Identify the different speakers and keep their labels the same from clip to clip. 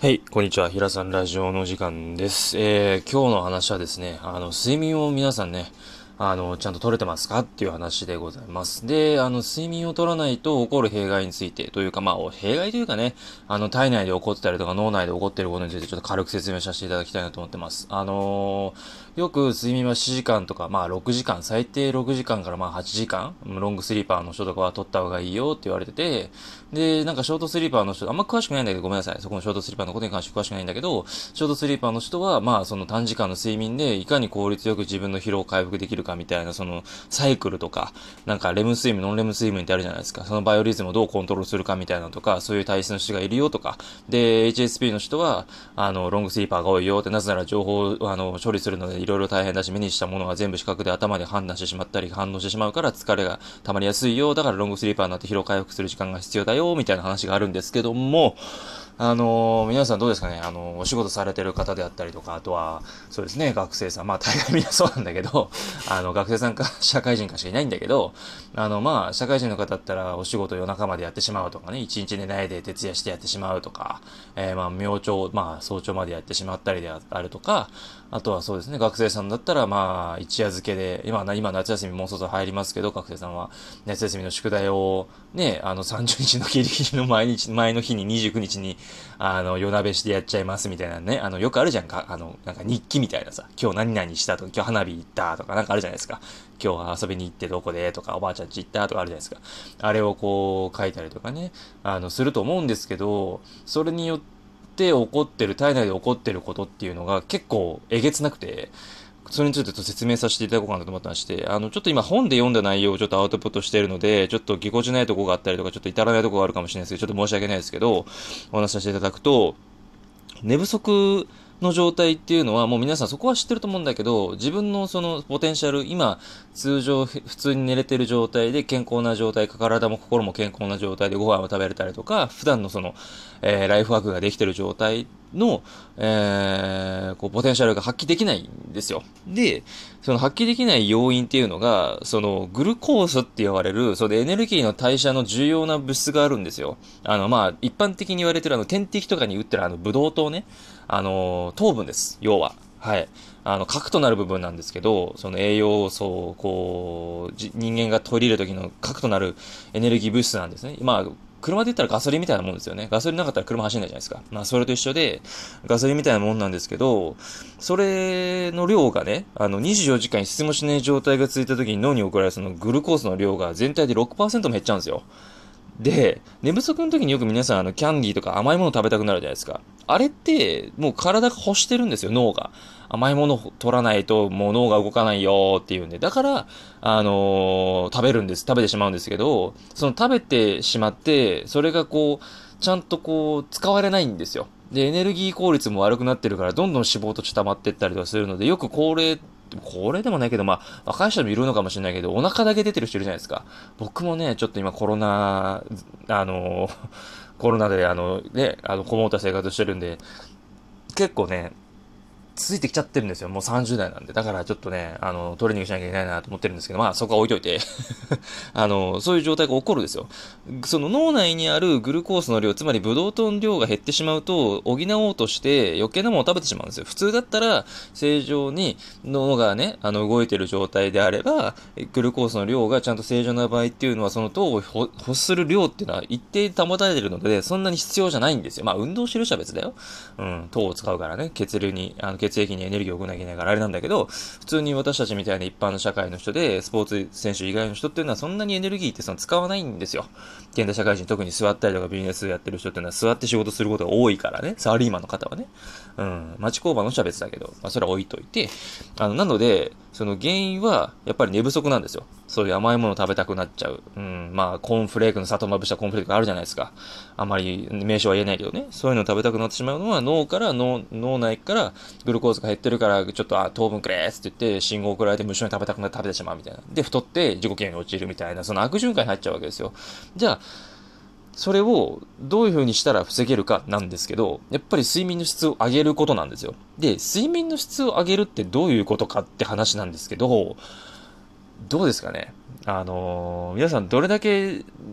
Speaker 1: はい、こんにちは。平さんラジオの時間です。今日の話はですね、睡眠を皆さんね、ちゃんと取れてますかっていう話でございます。で、睡眠を取らないと起こる弊害についてというか、弊害というかね、体内で起こってたりとか脳内で起こっていることについてちょっと軽く説明させていただきたいなと思ってます。よく睡眠は7時間とか、6時間、最低6時間から8時間、ロングスリーパーの人とかは取った方がいいよって言われてて、で、なんかショートスリーパーの人、あんま詳しくないんだけど、ごめんなさい。そこのショートスリーパーのことに関して詳しくないんだけど、ショートスリーパーの人は、その短時間の睡眠で、いかに効率よく自分の疲労を回復できるかみたいな、その、サイクルとか、なんかレム睡眠、ノンレム睡眠ってあるじゃないですか。そのバイオリズムをどうコントロールするかみたいなのとか、そういう体質の人がいるよとか、で、HSP の人は、ロングスリーパーが多いよって、なぜなら情報を、処理するのでいろいろ大変だし、目にしたものが全部視覚で頭で判断してしまったり、反応してしまうから疲れが溜まりやすいよ。だからロングスリーパーになって疲労回復する時間が必要だよ、みたいな話があるんですけども、皆さんどうですかね、お仕事されてる方であったりとか、あとは、そうですね、学生さん、大概みんなそうなんだけど、学生さんか社会人かしかいないんだけど、社会人の方だったらお仕事夜中までやってしまうとかね、一日寝ないで徹夜してやってしまうとか、明朝、早朝までやってしまったりであるとか、あとはそうですね、学生さんだったら、一夜漬けで、今夏休みもうそろそろ入りますけど、学生さんは夏休みの宿題を、ね、30日のギリギリの前の日に29日に、夜鍋してやっちゃいますみたいなね、よくあるじゃんか、なんか日記みたいなさ、今日何々したとか、今日花火行ったとか、なんかあるじゃないですか。今日は遊びに行ってどこでとか、おばあちゃん家行ったとかあるじゃないですか。あれをこう書いたりとかね、すると思うんですけど、それによって、起こってる、体内で起こってることっていうのが結構えげつなくて、それについてちょっと説明させていただこうかなと思ってまして、ちょっと今本で読んだ内容をちょっとアウトプットしているので、ちょっとぎこちないところがあったりとか、ちょっと至らないところがあるかもしれないですけど、ちょっと申し訳ないですけど、お話しさせていただくと、寝不足の状態っていうのはもう皆さんそこは知ってると思うんだけど、自分のそのポテンシャル、今通常普通に寝れてる状態で健康な状態、体も心も健康な状態でご飯を食べれたりとか、普段のその、ライフワークができてる状態の、ポテンシャルが発揮できないんですよ。で、その発揮できない要因っていうのが、そのグルコースって呼ばれる、それエネルギーの代謝の重要な物質があるんですよ。一般的に言われてる点滴とかに打ってるブドウ糖ね、糖分です。要は。はい。核となる部分なんですけど、その栄養素を、人間が取り入れる時の核となるエネルギー物質なんですね。車で言ったらガソリンみたいなもんですよね。ガソリンなかったら車走んないじゃないですか。それと一緒で、ガソリンみたいなもんなんですけど、それの量がね、24時間質もしない状態が続いた時に脳に送られるそのグルコースの量が全体で6%も減っちゃうんですよ。で、寝不足の時によく皆さんキャンディーとか甘いもの食べたくなるじゃないですか。あれって、もう体が欲してるんですよ、脳が。甘いものを取らないともう脳が動かないよっていうんで。だから、食べてしまうんですけど、その食べてしまって、それがちゃんと使われないんですよ。で、エネルギー効率も悪くなってるから、どんどん脂肪として溜まってったりとかするので、よく高齢でもないけど、若い人もいるのかもしれないけど、お腹だけ出てる人いるじゃないですか。僕もね、ちょっと今コロナ、コロナでこもった生活してるんで、結構ね、ついてきちゃってるんですよ。もう30代なんで。だからちょっとね、トレーニングしなきゃいけないなと思ってるんですけど、そこは置いといてそういう状態が起こるんですよ。その脳内にあるグルコースの量、つまりブドウ糖の量が減ってしまうと、補おうとして余計なものを食べてしまうんですよ。普通だったら、正常に脳がね、動いてる状態であれば、グルコースの量がちゃんと正常な場合っていうのは、その糖を欲する量っていうのは一定保たれてるので、そんなに必要じゃないんですよ。運動してる人は別だよ。うん、糖を使うからね、血液にエネルギーを送らなきゃいけないからあれなんだけど、普通に私たちみたいな一般の社会の人で、スポーツ選手以外の人っていうのはそんなにエネルギーって使わないんですよ。現代社会人、特に座ったりとかビジネスやってる人っていうのは座って仕事することが多いからね、サラリーマンの方はね。うん、町工場の人は別だけど、それは置いといて、なので、その原因は、やっぱり寝不足なんですよ。そういう甘いものを食べたくなっちゃう。うん、コーンフレークの砂糖まぶしたコーンフレークがあるじゃないですか。あまり名称は言えないけどね。そういうのを食べたくなってしまうのは脳内からグルコースが減ってるから、ちょっと、糖分くれーって言って、信号を送られて無性に食べたくなって食べてしまうみたいな。で、太って自己嫌悪に陥るみたいな、その悪循環に入っちゃうわけですよ。じゃあ、それをどういう風にしたら防げるかなんですけど、やっぱり睡眠の質を上げることなんですよ。で、睡眠の質を上げるってどういうことかって話なんですけど、どうですかね。皆さんどれだけ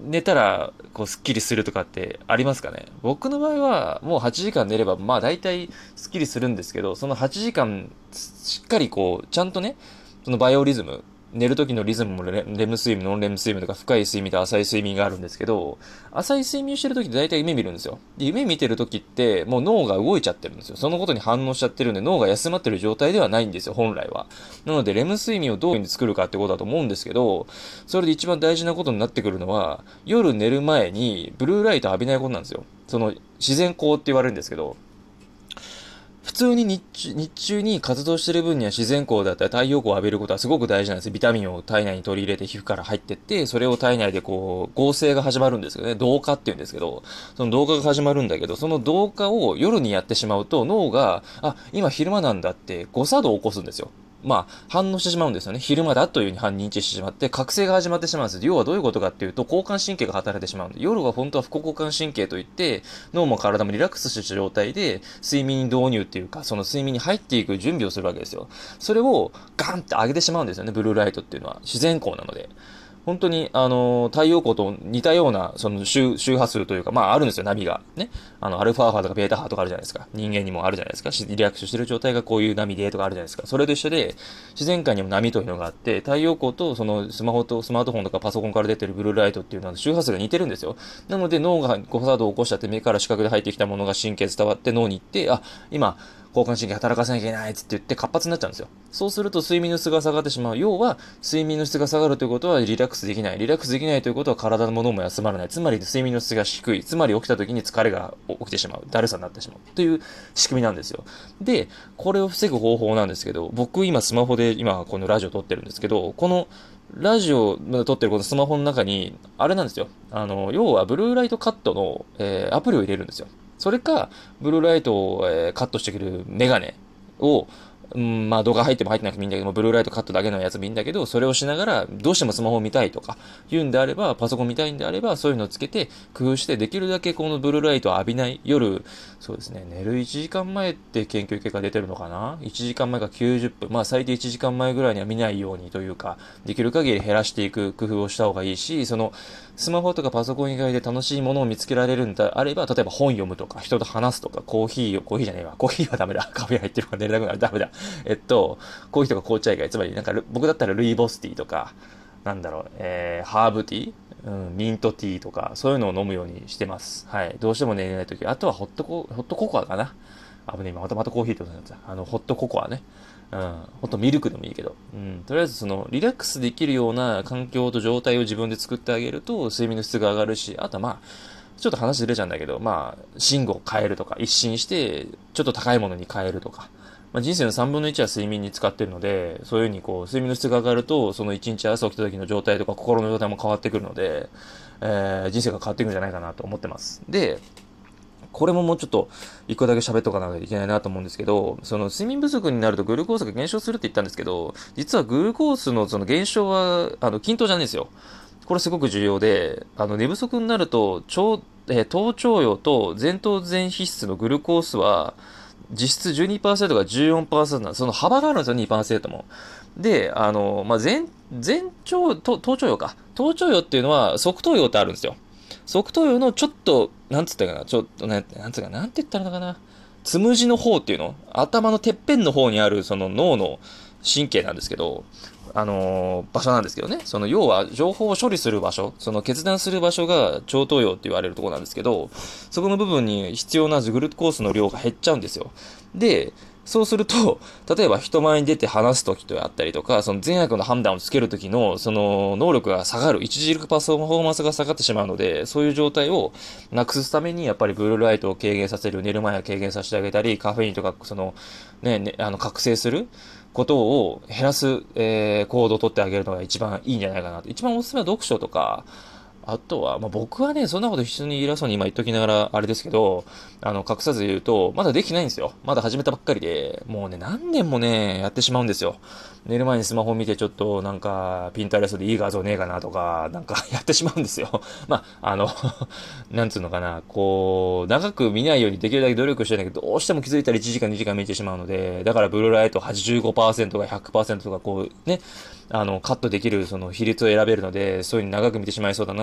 Speaker 1: 寝たら、こう、スッキリするとかってありますかね？僕の場合は、もう8時間寝れば、まあ大体スッキリするんですけど、その8時間、しっかりこう、ちゃんとね、そのバイオリズム、寝る時のリズムもレム睡眠、ノンレム睡眠とか深い睡眠と浅い睡眠があるんですけど、浅い睡眠してる時って大体夢見るんですよ。で、夢見てる時ってもう脳が動いちゃってるんですよ。そのことに反応しちゃってるんで脳が休まってる状態ではないんですよ、本来は。なので、レム睡眠をどういう風に作るかってことだと思うんですけど、それで一番大事なことになってくるのは、夜寝る前にブルーライト浴びないことなんですよ。その自然光って言われるんですけど、普通に日中に活動してる分には自然光だったり太陽光を浴びることはすごく大事なんですよ。ビタミンを体内に取り入れて皮膚から入ってって、それを体内でこう、合成が始まるんですよね。同化って言うんですけど、その同化が始まるんだけど、その同化を夜にやってしまうと脳が、あ、今昼間なんだって誤作動を起こすんですよ。まあ、反応してしまうんですよね。昼間だというふうに認知してしまって、覚醒が始まってしまうんです。要はどういうことかっていうと、交感神経が働いてしまうんで、夜は本当は副交感神経といって、脳も体もリラックスした状態で、睡眠導入っていうか、その睡眠に入っていく準備をするわけですよ。それをガンって上げてしまうんですよね、ブルーライトっていうのは。自然光なので。本当に、太陽光と似たような、その周波数というか、まああるんですよ、ナビが。ね。アルファ波とかベータ波とかあるじゃないですか。人間にもあるじゃないですか。リラックスしてる状態がこういう波でとかあるじゃないですか。それと一緒で、自然界にも波というのがあって、太陽光とそのスマートフォンとかパソコンから出てるブルーライトっていうのは周波数が似てるんですよ。なので脳が誤作動を起こしちゃって目から視覚で入ってきたものが神経伝わって脳に行って、あ、今、交感神経働かせなきゃいけないっつって言って活発になっちゃうんですよ。そうすると睡眠の質が下がってしまう。要は、睡眠の質が下がるということはリラックスできない。リラックスできないということは体のものも休まらない。つまり睡眠の質が低い。つまり起きた時に疲れが起きてしまう。だるさになってしまう。という仕組みなんですよ。で、これを防ぐ方法なんですけど、僕今スマホで今このラジオ撮ってるんですけど、このラジオで撮ってるこのスマホの中に、あれなんですよ。要はブルーライトカットの、アプリを入れるんですよ。それか、ブルーライトを、カットしてくれるメガネを、まあ動画入っても入ってなくてもいいんだけども、ブルーライトカットだけのやつもいいんだけど、それをしながら、どうしてもスマホを見たいとか、言うんであれば、パソコン見たいんであれば、そういうのをつけて、工夫して、できるだけこのブルーライトを浴びない、夜、そうですね、寝る1時間前って研究結果出てるのかな？ 1 時間前か90分、まあ最低1時間前ぐらいには見ないようにというか、できる限り減らしていく工夫をした方がいいし、その、スマホとかパソコン以外で楽しいものを見つけられるんであれば、例えば本読むとか、人と話すとか、コーヒーじゃねえわ。コーヒーはダメだ。カフェ入ってるから寝れなくなる。ダメだ。コーヒーとか紅茶以外、つまりなんか僕だったらルイボスティーとか、なんだろう、ハーブティー、ミントティーとか、そういうのを飲むようにしてます。はい。どうしても寝れないとき。あとはホットココアかな。ね、今またコーヒーってことになっちゃう。ホットココアね。うん。ホットミルクでもいいけど。うん。とりあえずリラックスできるような環境と状態を自分で作ってあげると、睡眠の質が上がるし、あとはまあ、ちょっと話ずれちゃうんだけど、まあ、寝具を変えるとか、一新して、ちょっと高いものに変えるとか、まあ、人生の3分の1は睡眠に使ってるので、そういうふうに睡眠の質が上がると、その1日朝起きた時の状態とか心の状態も変わってくるので、人生が変わっていくんじゃないかなと思ってます。で、これももうちょっと一個だけ喋っとかなきゃいけないなと思うんですけど、その睡眠不足になるとグルコースが減少するって言ったんですけど、実はグルコースのその減少は、均等じゃないんですよ。これすごく重要で、寝不足になると、頭頂葉と前頭前皮質のグルコースは、実質12%が14%なんです。その幅があるんですよ、2%も。で、まあ、頭頂葉か。頭頂葉っていうのは、側頭葉ってあるんですよ。側頭葉のちょっと、なんつったかな、ちょっとね、なんつったかな、なんて言ったらいいのかな。つむじの方っていうの頭のてっぺんの方にあるその脳の神経なんですけど、場所なんですけどね。要は情報を処理する場所、その決断する場所が超頭葉って言われるところなんですけど、そこの部分に必要なグルコースの量が減っちゃうんですよ。で、そうすると、例えば人前に出て話すときとあったりとか、その善悪の判断をつけるときの、その能力が下がる、著しくパフォーマンスが下がってしまうので、そういう状態をなくすために、やっぱりブルーライトを軽減させる、寝る前は軽減させてあげたり、カフェインとか、覚醒することを減らす、行動をとってあげるのが一番いいんじゃないかなと。一番おすすめは読書とか、あとは、まあ、僕はね、そんなこと一緒に偉そうに今言っときながら、あれですけど、隠さず言うと、まだできてないんですよ。まだ始めたばっかりで、もうね、何年もね、やってしまうんですよ。寝る前にスマホ見てちょっと、なんか、ピンタレストでいい画像ねえかなとか、なんかやってしまうんですよ。まあ、なんつうのかな、長く見ないようにできるだけ努力してんだけど、どうしても気づいたら1時間2時間見てしまうので、だからブルーライト85%が100%とかね、カットできるその比率を選べるので、そういうに長く見てしまいそうだなと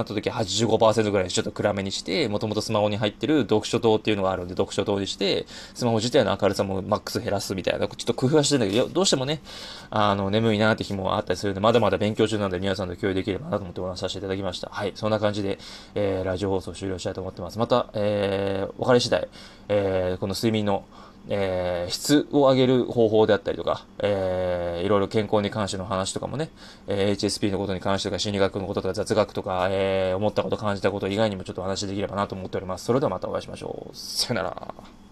Speaker 1: った時は85%ぐらいちょっと暗めにして、もともとスマホに入ってる読書灯っていうのがあるんで、読書灯にして、スマホ自体の明るさもマックス減らすみたいな、ちょっと工夫はしてるんだけど、どうしてもね、眠いなって日もあったりするんで、まだまだ勉強中なんで皆さんと共有できればなと思ってお話しさせていただきました。はい。そんな感じで、ラジオ放送終了したいと思ってます。また、別れ次第、この睡眠の、質を上げる方法であったりとか、いろいろ健康に関しての話とかもね、HSP のことに関してとか、心理学のこととか、雑学とか、思ったこと、感じたこと以外にもちょっとお話しできればなと思っております。それではまたお会いしましょう。さよなら。